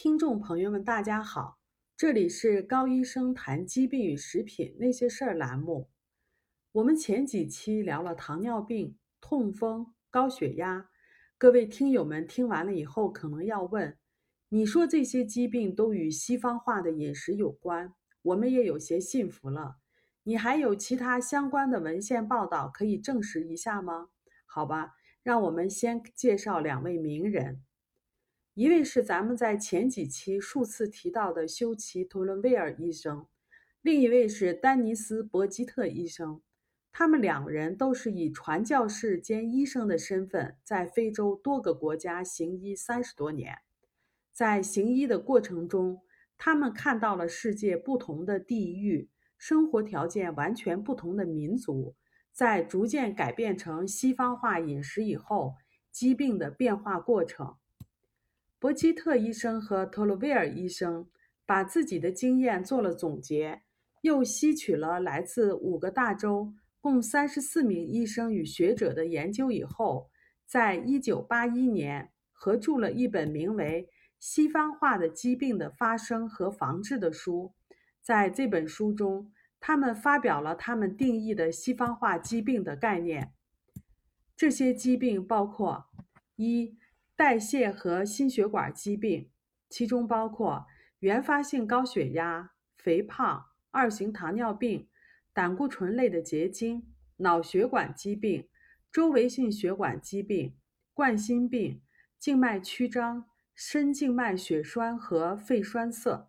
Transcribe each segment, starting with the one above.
听众朋友们，大家好，这里是高医生谈疾病与食品那些事儿栏目。我们前几期聊了糖尿病、痛风、高血压，各位听友们听完了以后可能要问，你说这些疾病都与西方化的饮食有关，我们也有些信服了，你还有其他相关的文献报道可以证实一下吗？好吧，让我们先介绍两位名人。一位是咱们在前几期数次提到的休奇·图伦威尔医生，另一位是丹尼斯·伯基特医生。他们两人都是以传教士兼医生的身份，在非洲多个国家行医30多年。在行医的过程中，他们看到了世界不同的地域、生活条件完全不同的民族，在逐渐改变成西方化饮食以后，疾病的变化过程。伯基特医生和特洛威尔医生把自己的经验做了总结，又吸取了来自5个大洲共34名医生与学者的研究以后，在1981年合著了一本名为《西方化的疾病的发生和防治》的书。在这本书中，他们发表了他们定义的西方化疾病的概念。这些疾病包括：一、代谢和心血管疾病，其中包括原发性高血压、肥胖、2型糖尿病、胆固醇类的结晶、脑血管疾病、周围性血管疾病、冠心病、静脉曲张、深静脉血栓和肺栓塞。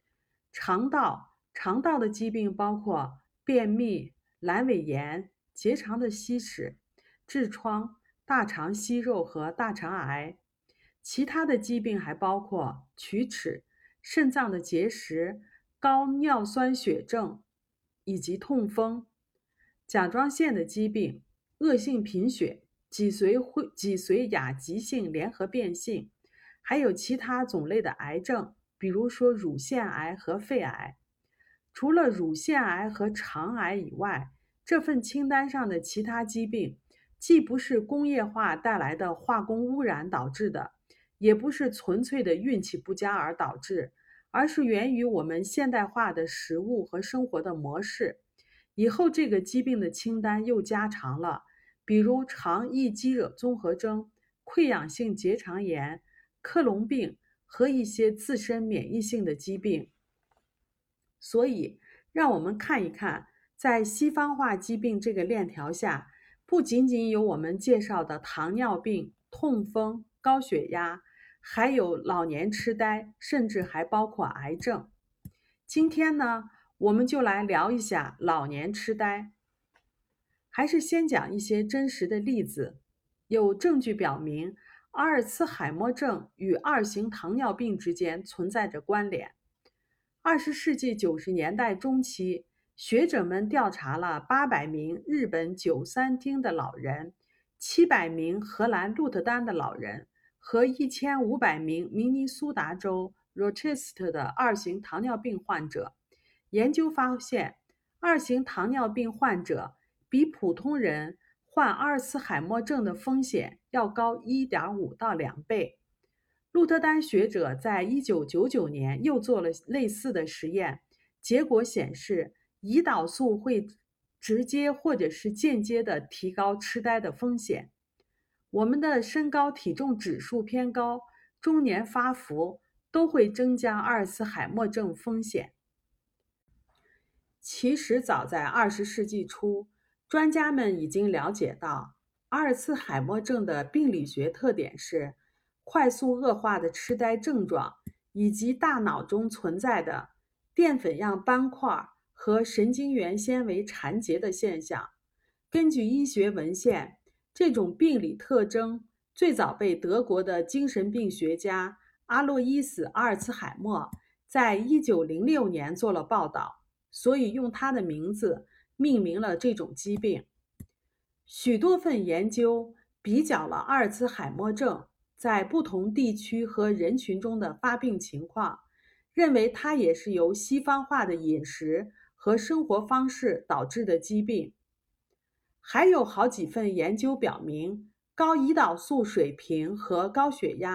肠道的疾病包括便秘、阑尾炎、结肠的稀释、痔疮、大肠息肉和大肠癌。其他的疾病还包括龋齿、肾脏的结石、高尿酸血症以及痛风。甲状腺的疾病、恶性贫血、脊髓亚急性联合变性，还有其他种类的癌症，比如说乳腺癌和肺癌。除了乳腺癌和肠癌以外，这份清单上的其他疾病既不是工业化带来的化工污染导致的，也不是纯粹的运气不佳而导致，而是源于我们现代化的食物和生活的模式。以后这个疾病的清单又加长了，比如肠易激惹综合征、溃疡性结肠炎、克隆病和一些自身免疫性的疾病。所以，让我们看一看，在西方化疾病这个链条下，不仅仅有我们介绍的糖尿病、痛风、高血压，还有老年痴呆，甚至还包括癌症。今天呢，我们就来聊一下老年痴呆。还是先讲一些真实的例子。有证据表明，阿尔茨海默症与2型糖尿病之间存在着关联。20世纪90年代中期，学者们调查了800名日本九三町的老人、700名荷兰鹿特丹的老人和1500名明尼苏达州 Rochester 的2型糖尿病患者。研究发现，2型糖尿病患者比普通人患阿尔茨海默症的风险要高 1.5 到2倍。鹿特丹学者在1999年又做了类似的实验，结果显示，胰岛素会直接或者是间接的提高痴呆的风险。我们的身高体重指数偏高，中年发福都会增加阿尔茨海默症风险。其实早在20世纪初，专家们已经了解到，阿尔茨海默症的病理学特点是快速恶化的痴呆症状，以及大脑中存在的淀粉样斑块和神经元纤维缠结的现象。根据医学文献，这种病理特征最早被德国的精神病学家阿洛伊斯·阿尔茨海默在1906年做了报道，所以用他的名字命名了这种疾病。许多份研究比较了阿尔茨海默症在不同地区和人群中的发病情况，认为它也是由西方化的饮食和生活方式导致的疾病。还有好几份研究表明，高胰岛素水平和高血压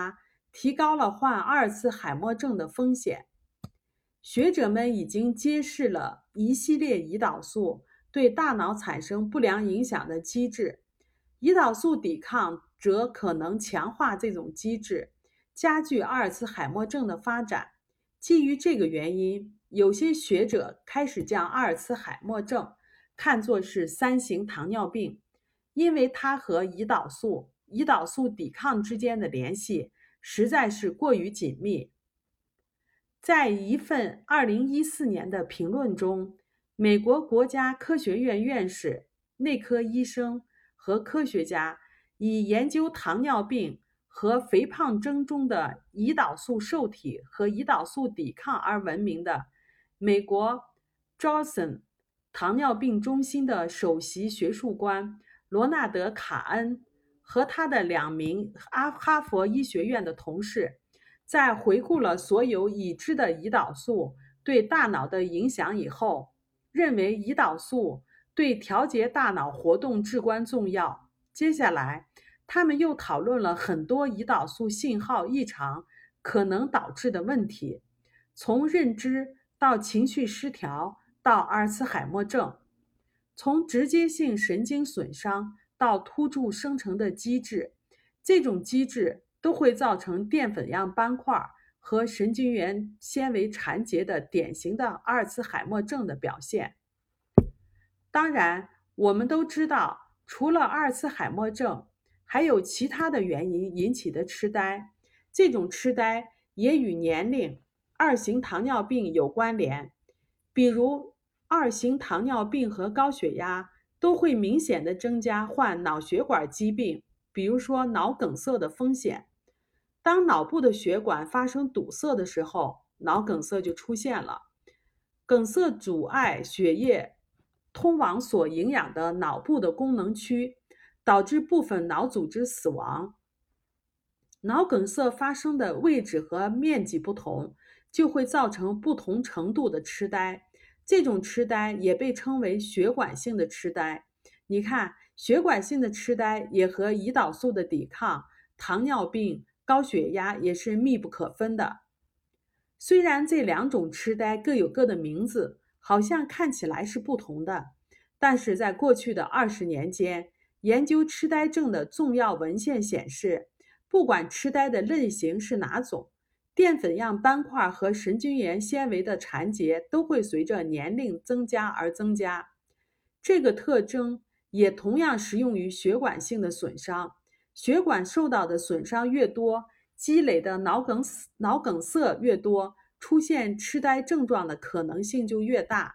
提高了患阿尔茨海默症的风险。学者们已经揭示了一系列胰岛素对大脑产生不良影响的机制，胰岛素抵抗则可能强化这种机制，加剧阿尔茨海默症的发展。基于这个原因，有些学者开始将阿尔茨海默症看作是3型糖尿病，因为它和胰岛素抵抗之间的联系实在是过于紧密。在一份2014年的评论中，美国国家科学院院士、内科医生和科学家以研究糖尿病和肥胖症中的胰岛素受体和胰岛素抵抗而闻名的美国 Johnson 糖尿病中心的首席学术官罗纳德·卡恩和他的2名哈佛医学院的同事，在回顾了所有已知的胰岛素对大脑的影响以后，认为胰岛素对调节大脑活动至关重要。接下来，他们又讨论了很多胰岛素信号异常可能导致的问题，从认知到情绪失调到阿尔茨海默症，从直接性神经损伤到突触生成的机制，这种机制都会造成淀粉样斑块和神经元纤维缠结的典型的阿尔茨海默症的表现。当然，我们都知道，除了阿尔茨海默症，还有其他的原因引起的痴呆，这种痴呆也与年龄、2型糖尿病有关联。比如2型糖尿病和高血压都会明显的增加患脑血管疾病，比如说脑梗塞的风险。当脑部的血管发生堵塞的时候，脑梗塞就出现了。梗塞阻碍血液通往所营养的脑部的功能区，导致部分脑组织死亡。脑梗塞发生的位置和面积不同，就会造成不同程度的痴呆。这种痴呆也被称为血管性的痴呆。你看，血管性的痴呆也和胰岛素的抵抗、糖尿病、高血压也是密不可分的。虽然这2种痴呆各有各的名字，好像看起来是不同的，但是在过去的20年间，研究痴呆症的重要文献显示，不管痴呆的类型是哪种，淀粉样斑块和神经元纤维的缠结都会随着年龄增加而增加。这个特征也同样适用于血管性的损伤。血管受到的损伤越多，积累的脑梗塞越多，出现痴呆症状的可能性就越大。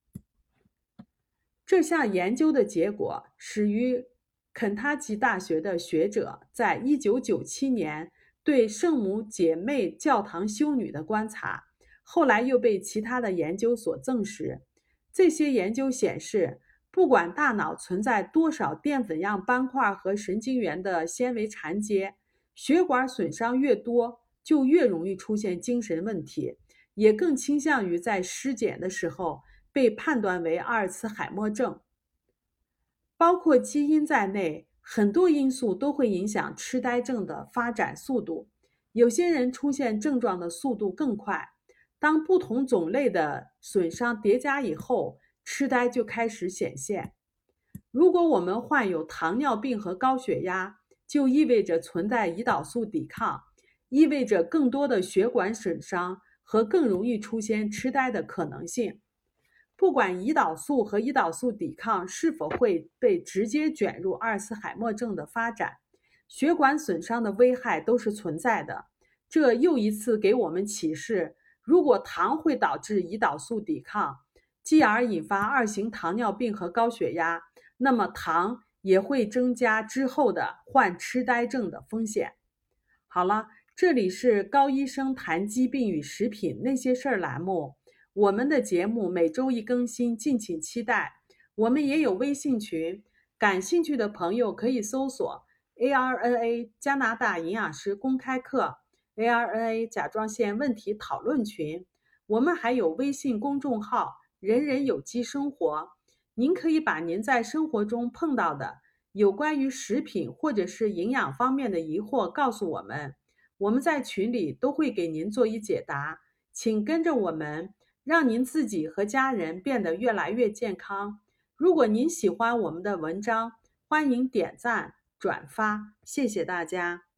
这项研究的结果始于肯塔基大学的学者在1997年对圣母姐妹教堂修女的观察，后来又被其他的研究所证实。这些研究显示，不管大脑存在多少淀粉样斑块和神经元的纤维缠结，血管损伤越多，就越容易出现精神问题，也更倾向于在尸检的时候被判断为阿尔茨海默症。包括基因在内，很多因素都会影响痴呆症的发展速度。有些人出现症状的速度更快。当不同种类的损伤叠加以后，痴呆就开始显现。如果我们患有糖尿病和高血压，就意味着存在胰岛素抵抗，意味着更多的血管损伤和更容易出现痴呆的可能性。不管胰岛素和胰岛素抵抗是否会被直接卷入阿尔茨海默症的发展，血管损伤的危害都是存在的。这又一次给我们启示，如果糖会导致胰岛素抵抗，继而引发2型糖尿病和高血压，那么糖也会增加之后的患痴呆症的风险。好了，这里是高医生谈疾病与食品那些事儿栏目，我们的节目每周一更新，敬请期待。我们也有微信群，感兴趣的朋友可以搜索 ARNA 加拿大营养师公开课 ARNA 甲状腺问题讨论群。我们还有微信公众号人人有机生活，您可以把您在生活中碰到的有关于食品或者是营养方面的疑惑告诉我们， 我们在群里都会给您做一解答，请跟着我们，让您自己和家人变得越来越健康。如果您喜欢我们的文章，欢迎点赞、转发，谢谢大家。